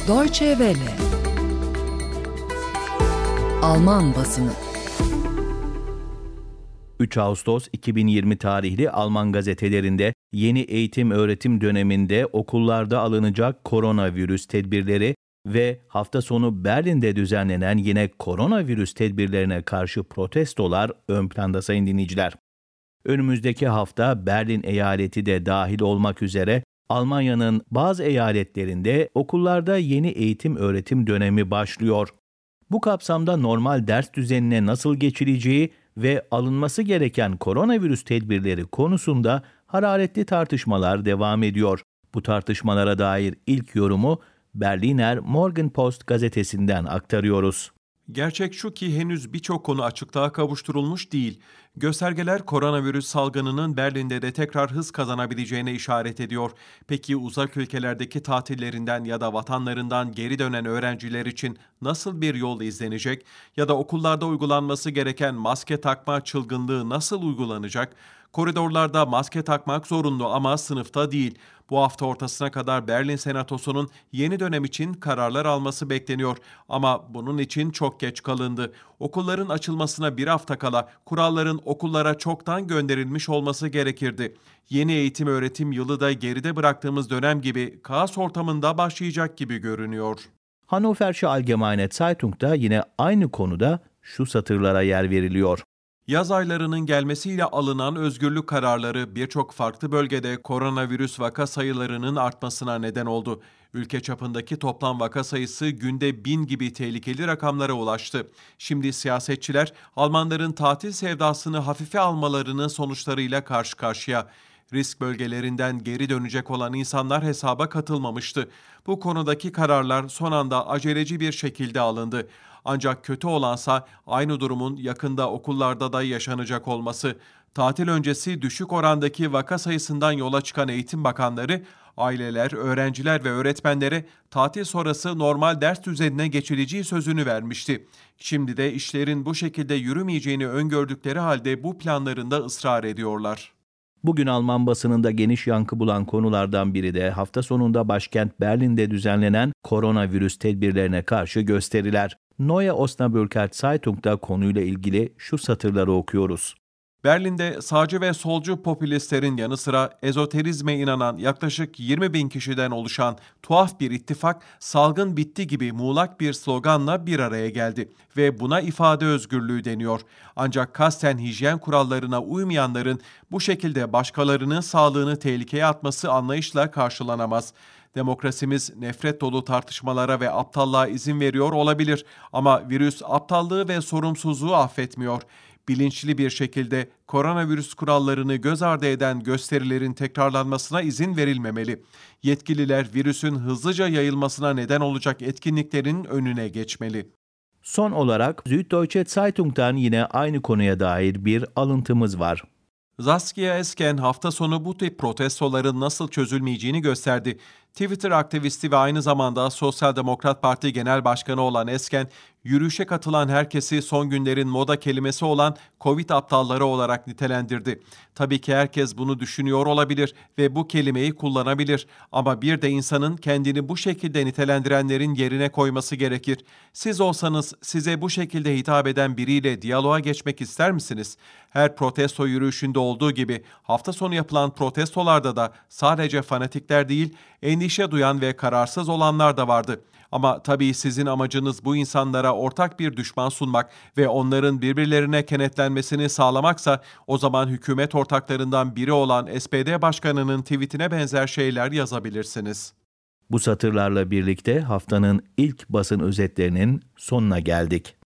Deutsche Welle. Alman basını. 3 Ağustos 2020 tarihli Alman gazetelerinde yeni eğitim-öğretim döneminde okullarda alınacak koronavirüs tedbirleri ve hafta sonu Berlin'de düzenlenen yine koronavirüs tedbirlerine karşı protestolar ön planda sayın dinleyiciler. Önümüzdeki hafta Berlin eyaleti de dahil olmak üzere Almanya'nın bazı eyaletlerinde okullarda yeni eğitim-öğretim dönemi başlıyor. Bu kapsamda normal ders düzenine nasıl geçileceği ve alınması gereken koronavirüs tedbirleri konusunda hararetli tartışmalar devam ediyor. Bu tartışmalara dair ilk yorumu Berliner Morgenpost gazetesinden aktarıyoruz. Gerçek şu ki henüz birçok konu açıklığa kavuşturulmuş değil. Göstergeler koronavirüs salgınının Berlin'de de tekrar hız kazanabileceğine işaret ediyor. Peki uzak ülkelerdeki tatillerinden ya da vatanlarından geri dönen öğrenciler için nasıl bir yol izlenecek? Ya da okullarda uygulanması gereken maske takma çılgınlığı nasıl uygulanacak? Koridorlarda maske takmak zorunlu ama sınıfta değil. Bu hafta ortasına kadar Berlin Senatosu'nun yeni dönem için kararlar alması bekleniyor. Ama bunun için çok geç kalındı. Okulların açılmasına bir hafta kala kuralların okullara çoktan gönderilmiş olması gerekirdi. Yeni eğitim-öğretim yılı da geride bıraktığımız dönem gibi kaos ortamında başlayacak gibi görünüyor. Hannoversche Allgemeine Zeitung'da yine aynı konuda şu satırlara yer veriliyor. Yaz aylarının gelmesiyle alınan özgürlük kararları birçok farklı bölgede koronavirüs vaka sayılarının artmasına neden oldu. Ülke çapındaki toplam vaka sayısı günde 1000 gibi tehlikeli rakamlara ulaştı. Şimdi siyasetçiler Almanların tatil sevdasını hafife almalarının sonuçlarıyla karşı karşıya. Risk bölgelerinden geri dönecek olan insanlar hesaba katılmamıştı. Bu konudaki kararlar son anda aceleci bir şekilde alındı. Ancak kötü olansa aynı durumun yakında okullarda da yaşanacak olması. Tatil öncesi düşük orandaki vaka sayısından yola çıkan eğitim bakanları, aileler, öğrenciler ve öğretmenlere tatil sonrası normal ders düzenine geçileceği sözünü vermişti. Şimdi de işlerin bu şekilde yürümeyeceğini öngördükleri halde bu planlarında ısrar ediyorlar. Bugün Alman basınında geniş yankı bulan konulardan biri de hafta sonunda başkent Berlin'de düzenlenen koronavirüs tedbirlerine karşı gösteriler. Neue Osnabrücker Zeitung'da konuyla ilgili şu satırları okuyoruz. Berlin'de sağcı ve solcu popülistlerin yanı sıra ezoterizme inanan yaklaşık 20.000 kişiden oluşan tuhaf bir ittifak salgın bitti gibi muğlak bir sloganla bir araya geldi ve buna ifade özgürlüğü deniyor. Ancak kasten hijyen kurallarına uymayanların bu şekilde başkalarının sağlığını tehlikeye atması anlayışla karşılanamaz. Demokrasimiz nefret dolu tartışmalara ve aptallığa izin veriyor olabilir ama virüs aptallığı ve sorumsuzluğu affetmiyor. Bilinçli bir şekilde koronavirüs kurallarını göz ardı eden gösterilerin tekrarlanmasına izin verilmemeli. Yetkililer virüsün hızlıca yayılmasına neden olacak etkinliklerin önüne geçmeli. Son olarak Süddeutsche Zeitung'dan yine aynı konuya dair bir alıntımız var. Saskia Esken hafta sonu bu tip protestoların nasıl çözülmeyeceğini gösterdi. Twitter aktivisti ve aynı zamanda Sosyal Demokrat Parti Genel Başkanı olan Esken, yürüyüşe katılan herkesi son günlerin moda kelimesi olan Covid aptalları olarak nitelendirdi. Tabii ki herkes bunu düşünüyor olabilir ve bu kelimeyi kullanabilir ama bir de insanın kendini bu şekilde nitelendirenlerin yerine koyması gerekir. Siz olsanız size bu şekilde hitap eden biriyle diyaloğa geçmek ister misiniz? Her protesto yürüyüşünde olduğu gibi hafta sonu yapılan protestolarda da sadece fanatikler değil, endişe duyan ve kararsız olanlar da vardı. Ama tabii sizin amacınız bu insanlara ortak bir düşman sunmak ve onların birbirlerine kenetlenmesini sağlamaksa o zaman hükümet ortaklarından biri olan SPD Başkanı'nın tweetine benzer şeyler yazabilirsiniz. Bu satırlarla birlikte haftanın ilk basın özetlerinin sonuna geldik.